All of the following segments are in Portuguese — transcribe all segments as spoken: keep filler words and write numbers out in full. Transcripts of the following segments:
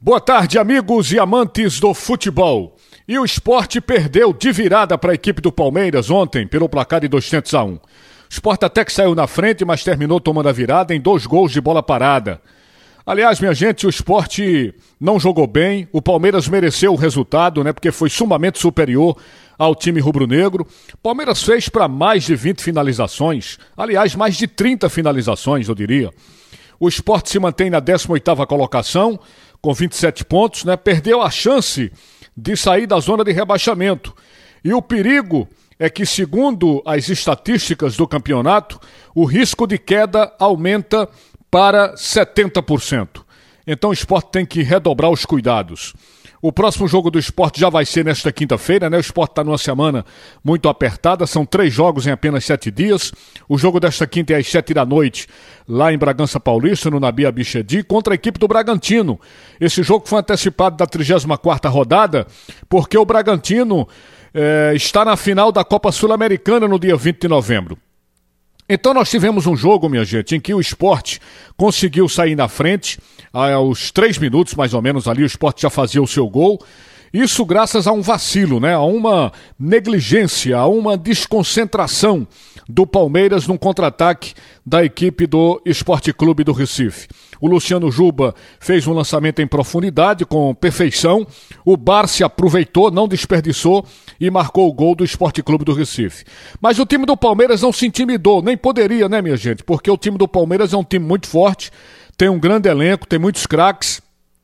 Boa tarde, amigos e amantes do futebol. E o Sport perdeu de virada para a equipe do Palmeiras ontem, pelo placar de dois a um. O Sport até que saiu na frente, mas terminou tomando a virada em dois gols de bola parada. Aliás, minha gente, o Sport não jogou bem, o Palmeiras mereceu o resultado, né, porque foi sumamente superior ao time rubro-negro. O Palmeiras fez para mais de vinte finalizações, aliás, mais de trinta finalizações, eu diria. O Sport se mantém na décima oitava colocação, com vinte e sete pontos, né? Perdeu a chance de sair da zona de rebaixamento. E o perigo é que, segundo as estatísticas do campeonato, o risco de queda aumenta para setenta por cento. Então o Sport tem que redobrar os cuidados. O próximo jogo do Sport já vai ser nesta quinta-feira, né? O Sport está numa semana muito apertada, são três jogos em apenas sete dias. O jogo desta quinta é às sete da noite, lá em Bragança Paulista, no Nabi Abichedi, contra a equipe do Bragantino. Esse jogo foi antecipado da trigésima quarta rodada, porque o Bragantino eh, está na final da Copa Sul-Americana no dia vinte de novembro. Então nós tivemos um jogo, minha gente, em que o Sport conseguiu sair na frente, aos três minutos mais ou menos ali, o Sport já fazia o seu gol. Isso graças a um vacilo, né? A uma negligência, a uma desconcentração do Palmeiras num contra-ataque da equipe do Sport Clube do Recife. O Luciano Juba fez um lançamento em profundidade com perfeição. O Barça aproveitou, não desperdiçou e marcou o gol do Sport Clube do Recife. Mas o time do Palmeiras não se intimidou, nem poderia, né, minha gente? Porque o time do Palmeiras é um time muito forte, tem um grande elenco, tem muitos craques.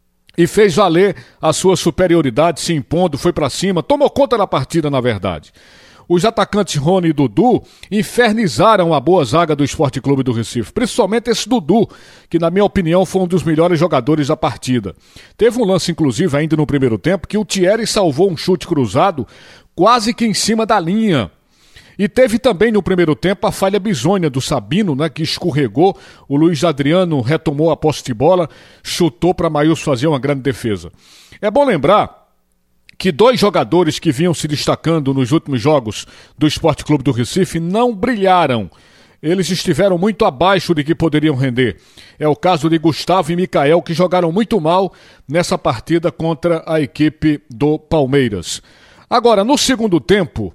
E fez valer a sua superioridade, se impondo, foi pra cima, tomou conta da partida, na verdade. Os atacantes Rony e Dudu infernizaram a boa zaga do Sport Clube do Recife, principalmente esse Dudu, que na minha opinião foi um dos melhores jogadores da partida. Teve um lance, inclusive, ainda no primeiro tempo, que o Thierry salvou um chute cruzado quase que em cima da linha. E teve também no primeiro tempo a falha bizonha do Sabino, né, que escorregou. O Luiz Adriano retomou a posse de bola, chutou para Maílson fazer uma grande defesa. É bom lembrar que dois jogadores que vinham se destacando nos últimos jogos do Sport Clube do Recife não brilharam. Eles estiveram muito abaixo de que poderiam render. É o caso de Gustavo e Micael, que jogaram muito mal nessa partida contra a equipe do Palmeiras. Agora, no segundo tempo,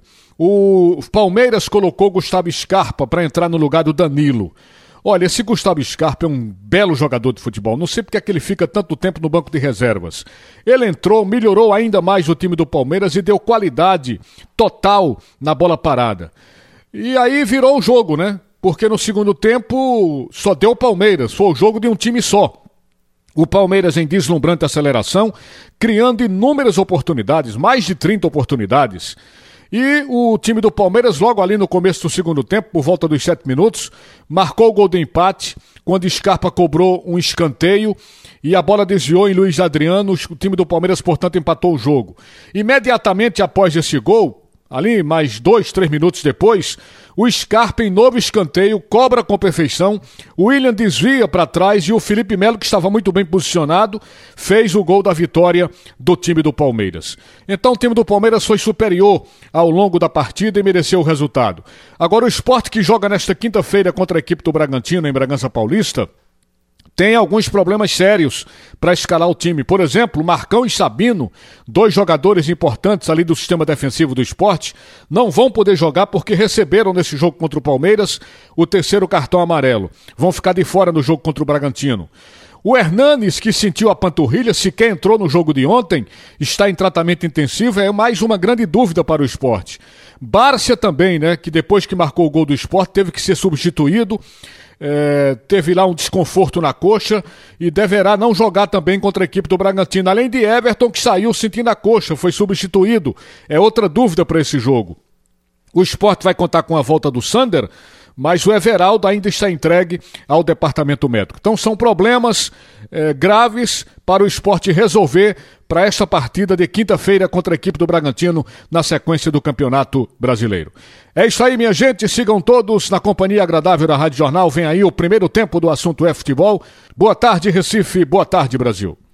o Palmeiras colocou Gustavo Scarpa para entrar no lugar do Danilo. Olha, esse Gustavo Scarpa é um belo jogador de futebol. Não sei porque é que ele fica tanto tempo no banco de reservas. Ele entrou, melhorou ainda mais o time do Palmeiras e deu qualidade total na bola parada. E aí virou o jogo, né? Porque no segundo tempo só deu o Palmeiras. Foi o jogo de um time só. O Palmeiras em deslumbrante aceleração, criando inúmeras oportunidades, mais de trinta oportunidades. E o time do Palmeiras, logo ali no começo do segundo tempo, por volta dos sete minutos, marcou o gol do empate, quando Scarpa cobrou um escanteio e a bola desviou em Luiz Adriano. O time do Palmeiras, portanto, empatou o jogo. Imediatamente após esse gol, ali mais dois, três minutos depois, o Scarpa em novo escanteio, cobra com perfeição, o William desvia para trás e o Felipe Melo, que estava muito bem posicionado, fez o gol da vitória do time do Palmeiras. Então o time do Palmeiras foi superior ao longo da partida e mereceu o resultado. Agora o Sport, que joga nesta quinta-feira contra a equipe do Bragantino em Bragança Paulista, tem alguns problemas sérios para escalar o time. Por exemplo, Marcão e Sabino, dois jogadores importantes ali do sistema defensivo do Sport, não vão poder jogar porque receberam nesse jogo contra o Palmeiras o terceiro cartão amarelo. Vão ficar de fora no jogo contra o Bragantino. O Hernanes, que sentiu a panturrilha, sequer entrou no jogo de ontem, está em tratamento intensivo, é mais uma grande dúvida para o Sport. Bárcia também, né, que depois que marcou o gol do Sport teve que ser substituído. É, teve lá um desconforto na coxa e deverá não jogar também contra a equipe do Bragantino. Além de Everton, que saiu sentindo a coxa, foi substituído. É outra dúvida para esse jogo. O Sport vai contar com a volta do Sander, mas o Everaldo ainda está entregue ao departamento médico. Então são problemas é, graves para o Sport resolver para esta partida de quinta-feira contra a equipe do Bragantino na sequência do Campeonato Brasileiro. É isso aí, minha gente. Sigam todos na companhia agradável da Rádio Jornal. Vem aí o primeiro tempo do Assunto é Futebol. Boa tarde, Recife. Boa tarde, Brasil.